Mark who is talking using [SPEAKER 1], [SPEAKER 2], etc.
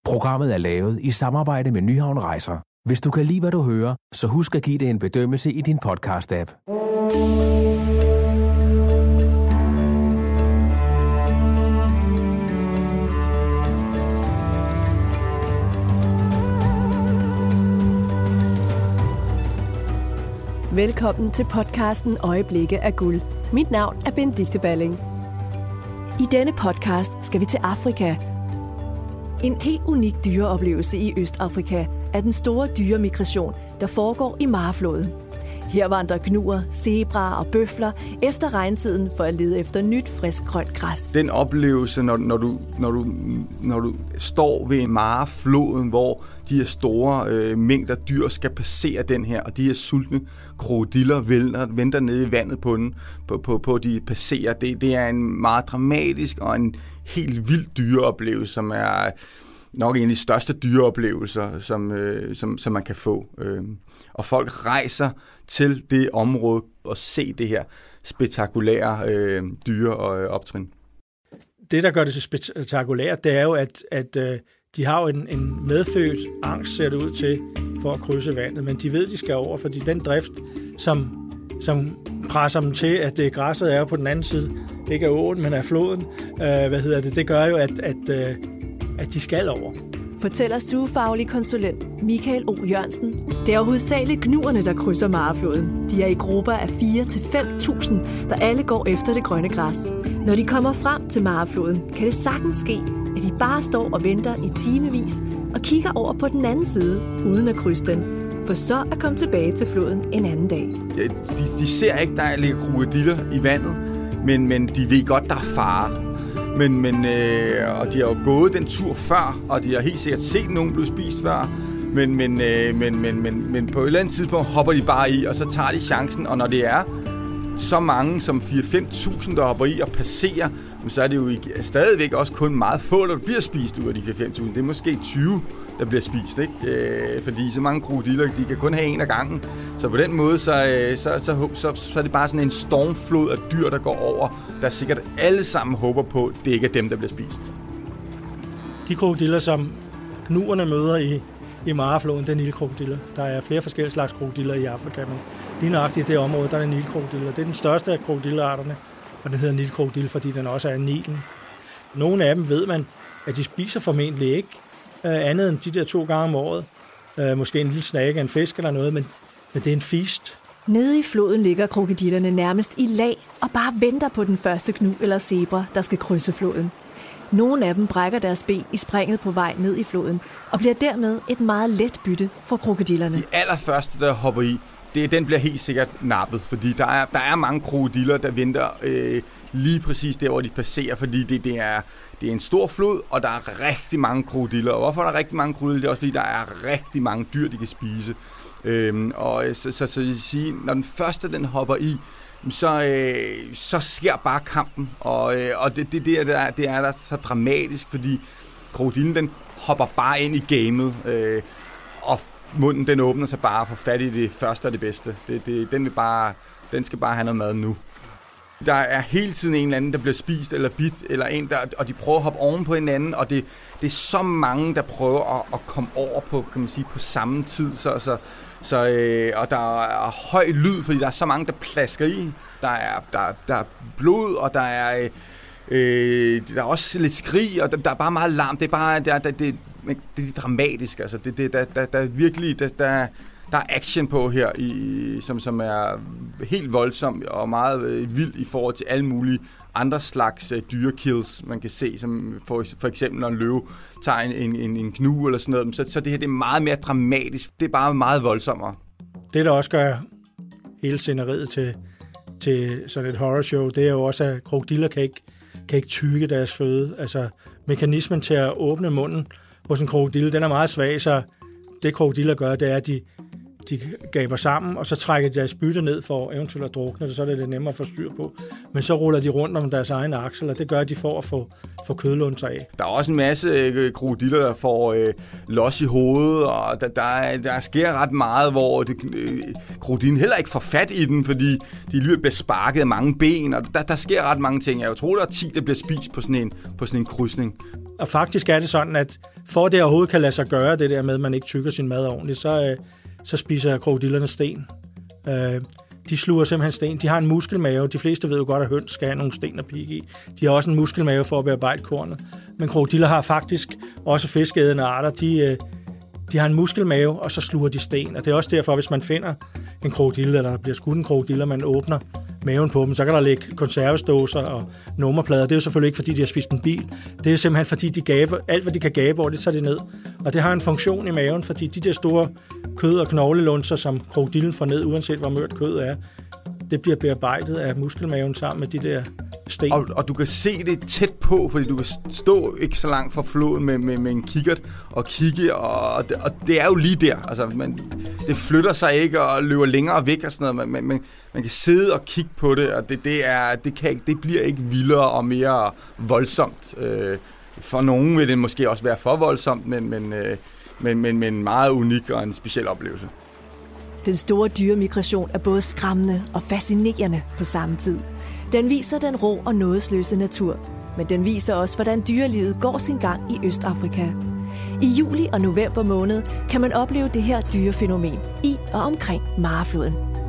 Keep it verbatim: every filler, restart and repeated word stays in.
[SPEAKER 1] Programmet er lavet i samarbejde med Nyhavn Rejser. Hvis du kan lide, hvad du hører, så husk at give det en bedømmelse i din podcast-app.
[SPEAKER 2] Velkommen til podcasten Øjeblikke af guld. Mit navn er Benedikte Balling. I denne podcast skal vi til Afrika. En helt unik dyreoplevelse i Østafrika er den store dyremigration, der foregår i Marafloden. Her vandrer gnuer, zebraer og bøfler efter regntiden for at lede efter nyt, frisk grønt græs.
[SPEAKER 3] Den oplevelse, når, når, du, når, du, når du står ved Marafloden, hvor de her store øh, mængder dyr skal passere den her, og de her sultne krokodiller venter, venter nede i vandet på den, på, på, på de passerer. Det, det er en meget dramatisk og en helt vild dyreoplevelse, som er nok en af de største dyreoplevelser, som, øh, som, som man kan få. Øh, og folk rejser til det område og se det her spektakulære øh, dyreoptrin.
[SPEAKER 4] Det, der gør det så spektakulært, det er jo, at, at øh, de har jo en, en medfødt angst, ser det ud til, for at krydse vandet. Men de ved, de skal over, fordi den drift, som, som presser dem til, at det græsset er på den anden side, ikke af åen, men af floden, øh, hvad hedder det, det gør jo, at, at, øh, at de skal over.
[SPEAKER 2] Fortæller zoofaglig konsulent Michael O. Jørgensen. Det er jo hovedsageligt gnuerne, der krydser Marafloden. De er i grupper af fire til fem tusind, der alle går efter det grønne græs. Når de kommer frem til Marafloden, kan det sagtens ske, at de bare står og venter i timevis og kigger over på den anden side, uden at krydse den, for så at komme tilbage til floden en anden dag.
[SPEAKER 3] Ja, de, de ser ikke, der ligger krokodiller i vandet, men, men de ved godt, der er fare. Men, men, øh, og de har jo gået den tur før, og de har helt sikkert set nogen blive spist før. Men, men, øh, men, men, men, men på et eller andet tidspunkt hopper de bare i, og så tager de chancen. Og når det er så mange som fire til fem tusind, der hopper i og passerer, så er det jo stadigvæk også kun meget få, der bliver spist ud af de fire til fem tusind. Det er måske tyve, der bliver spist, ikke? Øh, fordi så mange krokodiller, de kan kun have en af gangen. Så på den måde, så, så, så, så, så er det bare sådan en stormflod af dyr, der går over, der sikkert alle sammen håber på, at det ikke er dem, der bliver spist.
[SPEAKER 4] De krokodiller, som gnuerne møder i, i Marafloden, det er nilkrokodiller. Der er flere forskellige slags krokodiller i Afrika, men lige nøjagtigt i det område, der er nilkrokodiller. Det er den største af krokodillerarterne, og den hedder nilkrokodil, fordi den også er af Nilen. Nogle af dem ved man, at de spiser formentlig ikke øh, andet end de der to gange om året. Øh, måske en lille snakke af en fisk eller noget, men, men det er en feast.
[SPEAKER 2] Nede i floden ligger krokodillerne nærmest i lag og bare venter på den første gnu eller zebra, der skal krydse floden. Nogle af dem brækker deres ben i springet på vej ned i floden og bliver dermed et meget let bytte for krokodillerne.
[SPEAKER 3] De allerførste, der hopper i, det, den bliver helt sikkert nappet, fordi der er, der er mange krokodiller, der venter øh, lige præcis der, hvor de passerer, fordi det, det, er, det er en stor flod, og der er rigtig mange krokodiller. Og hvorfor er der rigtig mange krokodiller? Det er også, fordi der er rigtig mange dyr, de kan spise. Øhm, og så, så, så vil sige, når den første, den hopper i, så, øh, så sker bare kampen. Og, øh, og det, det, det, er, det er der så dramatisk, fordi krokodillen, den hopper bare ind i gamet, øh, og munden, den åbner sig bare for fat i det første og det bedste. Det, det, den, vil bare, den skal bare have noget mad nu. Der er hele tiden en eller anden, der bliver spist eller bit, eller en, der, og de prøver at hoppe oven på hinanden, og det, det er så mange, der prøver at, at komme over på, kan man sige, på samme tid. Så, så, så, øh, og der er høj lyd, fordi der er så mange, der plasker i. Der er, der, der er blod, og der er, øh, der er også lidt skrig, og der, der er bare meget larm. Det er bare der, der, det, det er dramatisk. Altså. Det, det, der, der, der er virkelig... Der, der, Der er action på her, i, som, som er helt voldsom og meget øh, vild i forhold til alle mulige andre slags øh, dyrekills, man kan se. Som for, for eksempel, når en løve tager en, en, en gnu eller sådan noget. Så, så det her det er meget mere dramatisk. Det er bare meget voldsommere.
[SPEAKER 4] Det, der også gør hele sceneriet til, til sådan et horrorshow, det er jo også, at krokodiller kan ikke, kan ikke tygge deres føde. Altså, mekanismen til at åbne munden hos en krokodille, den er meget svag, så det krokodiller gør, det er, at de de gaber sammen, og så trækker de deres bytte ned for eventuelt at drukne det, så er det lidt nemmere at få styr på. Men så ruller de rundt om deres egen aksel, og det gør de for at få, få kødlunser af.
[SPEAKER 3] Der er også en masse øh, krokodiller, der får øh, los i hovedet, og der, der, der sker ret meget, hvor det, øh, krokodillen heller ikke får fat i den, fordi de alligevel bliver sparket af mange ben, og der, der sker ret mange ting. Jeg tror, der er ti, der bliver spist på sådan en, på sådan en krydsning.
[SPEAKER 4] Og faktisk er det sådan, at for at det overhovedet kan lade sig gøre, det der med, at man ikke tykker sin mad ordentligt, så, øh, så spiser krokodillerne sten. Øh, de sluger simpelthen sten. De har en muskelmave. De fleste ved jo godt, at høns skal have nogle sten at pigge i. De har også en muskelmave for at bearbejde kornet. Men krokodiller har faktisk også fiskeædende arter. De, øh, de har en muskelmave, og så sluger de sten. Og det er også derfor, hvis man finder en krokodille, eller der bliver skudt en krokodille, og man åbner maven på dem, så kan der ligge konservesdåser og nummerplader. Det er jo selvfølgelig ikke, fordi de har spist en bil. Det er simpelthen, fordi de gaber, alt, hvad de kan gabe over, det tager de ned. Og det har en funktion i maven, fordi de der store kød- og knoglelunser, som krokodillen får ned, uanset hvor mørt kød er, det bliver bearbejdet af muskelmaven sammen med de der sten.
[SPEAKER 3] Og, og du kan se det tæt på, fordi du kan stå ikke så langt fra floden med, med, med en kikkert og kigge, og, og, det, og det er jo lige der. Altså, man, det flytter sig ikke og løber længere væk og sådan noget. Man, man, man kan sidde og kigge på det, og det, det, er, det, kan, det bliver ikke vildere og mere voldsomt. Øh, for nogen vil det måske også være for voldsomt, men, men, øh, men, men, men meget unik og en speciel oplevelse.
[SPEAKER 2] Den store dyremigration er både skræmmende og fascinerende på samme tid. Den viser den rå og nådesløse natur, men den viser også, hvordan dyrelivet går sin gang i Østafrika. I juli og november måned kan man opleve det her dyrefænomen i og omkring Marafloden.